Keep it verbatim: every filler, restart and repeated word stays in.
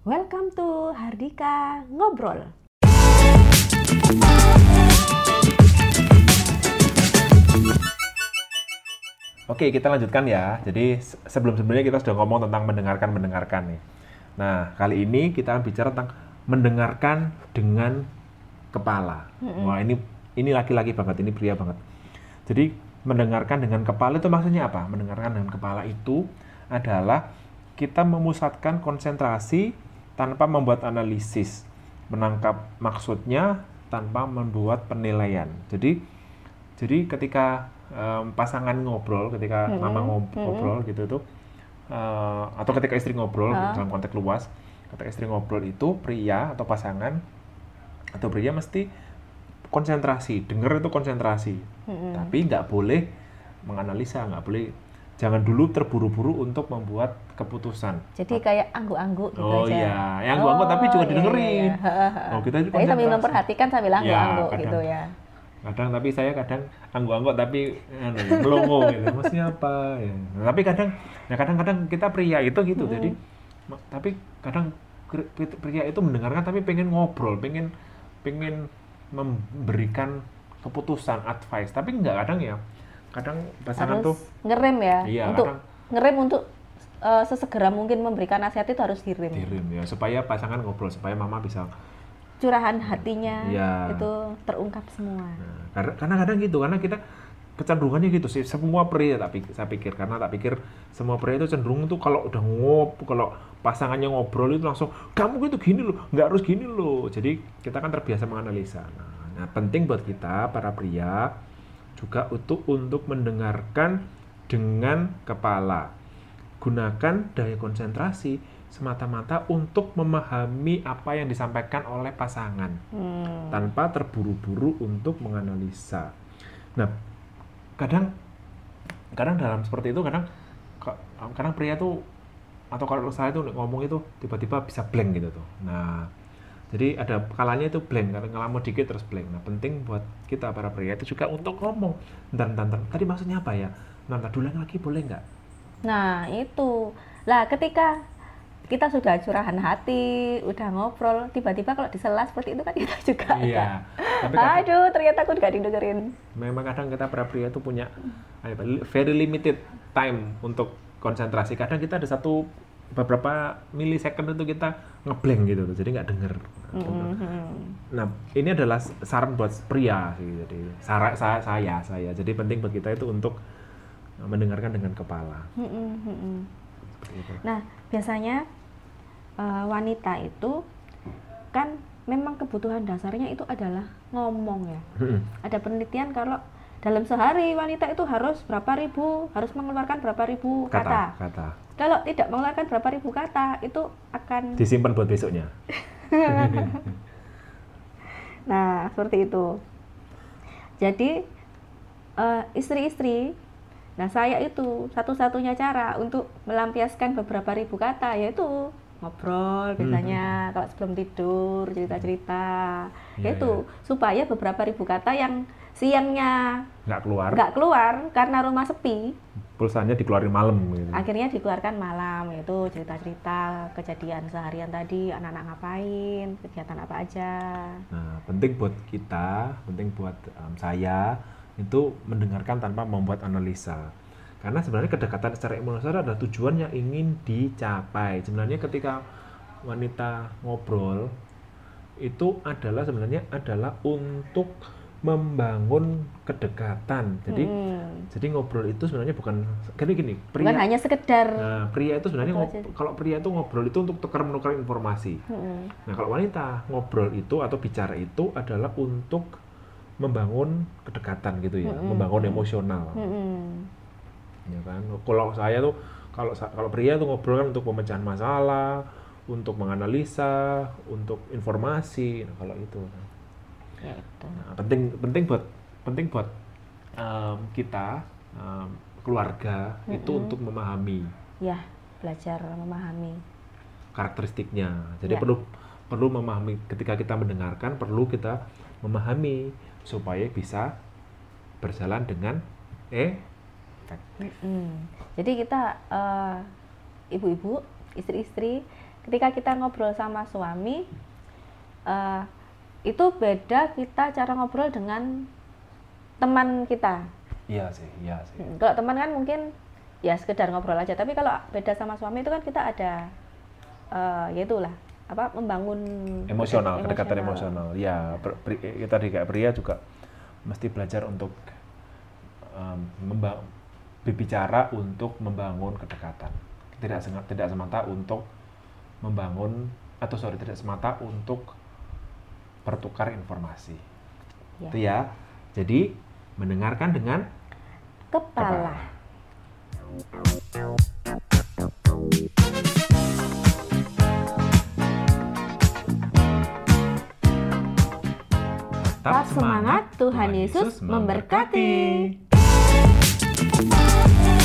Welcome to Hardika Ngobrol. Oke, kita lanjutkan ya. Jadi sebelum-sebelumnya kita sudah ngomong tentang mendengarkan-mendengarkan nih. Nah, kali ini kita akan bicara tentang mendengarkan dengan kepala. Mm-hmm. Wah, ini ini laki-laki banget, ini pria banget. Jadi mendengarkan dengan kepala itu maksudnya apa? Mendengarkan dengan kepala itu adalah kita memusatkan konsentrasi tanpa membuat analisis, menangkap maksudnya tanpa membuat penilaian. Jadi, jadi ketika um, pasangan ngobrol, ketika mm-hmm. mama ngobrol mm-hmm. gitu tuh, uh, atau ketika istri ngobrol uh. dalam konteks luas, ketika istri ngobrol itu pria atau pasangan atau pria mesti konsentrasi, dengar itu konsentrasi, mm-hmm. tapi nggak boleh menganalisa, nggak boleh. Jangan dulu terburu-buru untuk membuat keputusan. Jadi kayak angguk-angguk gitu oh, aja. Oh iya, ya angguk-angguk oh, tapi juga didengerin. Iya, iya. Oh, kita jadi sambil memperhatikan sambil angguk-angguk ya, gitu ya. Kadang tapi saya kadang angguk-angguk tapi anu, melongo gitu. Maksudnya apa ya. Nah, tapi kadang ya kadang-kadang kita pria itu gitu. Hmm. Jadi tapi kadang pria itu mendengarkan tapi pengen ngobrol, pengen pengen memberikan keputusan, advice, tapi enggak kadang ya. Kadang pasangan harus tuh ngerem ya, iya, untuk kadang, ngerem untuk uh, sesegera mungkin memberikan nasihat itu harus direm. Direm ya, supaya pasangan ngobrol, supaya mama bisa curahan hatinya ya. Itu terungkap semua. Nah, karena karena kadang gitu, karena kita kecenderungannya gitu sih, semua pria tapi saya pikir karena tak pikir semua pria itu cenderung tuh kalau udah ngob, kalau pasangannya ngobrol itu langsung kamu gitu gini loh, nggak harus gini loh. Jadi kita kan terbiasa menganalisa. Nah, nah penting buat kita para pria juga untuk untuk mendengarkan dengan kepala. Gunakan daya konsentrasi semata-mata untuk memahami apa yang disampaikan oleh pasangan hmm. tanpa terburu-buru untuk menganalisa. Nah, kadang kadang dalam seperti itu kadang kadang pria tuh atau kalau saya tuh ngomong itu tiba-tiba bisa blank gitu tuh. Nah, jadi ada kalanya itu blank, karena ngelamun dikit terus blank. Nah, penting buat kita para pria itu juga untuk ngomong. Bentar, bentar, bentar. Tadi maksudnya apa ya? Nanti ulang lagi boleh nggak? Nah, itu. Lah, ketika kita sudah curahan hati, udah ngobrol, tiba-tiba kalau disela seperti itu kan kita juga iya. Tapi kadang, aduh, ternyata aku nggak didengerin. Memang kadang kita para pria itu punya very limited time untuk konsentrasi. Kadang kita ada satu beberapa milisecond itu kita ngeblank gitu, jadi nggak denger. Mm-hmm. Nah, ini adalah saran buat pria sih, jadi saran saya, saya, saya. Jadi penting buat kita itu untuk mendengarkan dengan kepala. Mm-hmm. Nah, biasanya uh, wanita itu kan memang kebutuhan dasarnya itu adalah ngomong ya. Mm-hmm. Ada penelitian kalau dalam sehari wanita itu harus berapa ribu, harus mengeluarkan berapa ribu kata. Kata. kata. Kalau tidak mengeluarkan berapa ribu kata, itu akan disimpan buat besoknya. Nah, seperti itu. Jadi uh, istri-istri, nah saya itu satu-satunya cara untuk melampiaskan beberapa ribu kata yaitu ngobrol biasanya hmm. kalau sebelum tidur cerita-cerita, yeah, yaitu yeah. supaya beberapa ribu kata yang siangnya nggak keluar, nggak keluar karena rumah sepi. Pulsanya dikeluarin malam gitu. Akhirnya dikeluarkan malam, itu cerita-cerita kejadian seharian tadi, anak-anak ngapain, kegiatan apa aja. Nah, penting buat kita, penting buat um, saya itu mendengarkan tanpa membuat analisa. Karena sebenarnya kedekatan secara emosional adalah tujuan yang ingin dicapai. Sebenarnya ketika wanita ngobrol itu adalah sebenarnya adalah untuk membangun kedekatan. Jadi hmm. jadi ngobrol itu sebenarnya bukan gini gini. Pria, bukan hanya sekedar. Nah, pria itu sebenarnya ngob, kalau pria itu ngobrol itu untuk tukar-menukar informasi. Hmm. Nah, kalau wanita ngobrol itu atau bicara itu adalah untuk membangun kedekatan gitu ya, hmm. membangun emosional. Hmm. Ya kan. Kalau saya tuh kalau kalau pria tuh ngobrol kan untuk pemecahan masalah, untuk menganalisa, untuk informasi. Nah, kalau itu. Ya, itu. Nah, penting penting buat penting buat um, kita um, keluarga mm-hmm. itu untuk memahami ya belajar memahami karakteristiknya. Jadi ya. perlu perlu memahami ketika kita mendengarkan, perlu kita memahami supaya bisa berjalan dengan efektif. Mm-hmm. Jadi kita uh, ibu-ibu, istri-istri ketika kita ngobrol sama suami, uh, itu beda kita cara ngobrol dengan teman kita. Iya sih, iya sih. Hmm, kalau teman kan mungkin ya sekedar ngobrol aja, tapi kalau beda sama suami itu kan kita ada, uh, ya itulah apa membangun emosional, kedekatan emosional. Ya, kita tadi kayak pria juga mesti belajar untuk um, memba- berbicara untuk membangun kedekatan. Tidak tidak semata untuk membangun atau sorry tidak semata untuk bertukar informasi. Ya. Itu ya. Jadi mendengarkan dengan kepala. kepala. Tetap semangat, Tuhan Yesus memberkati.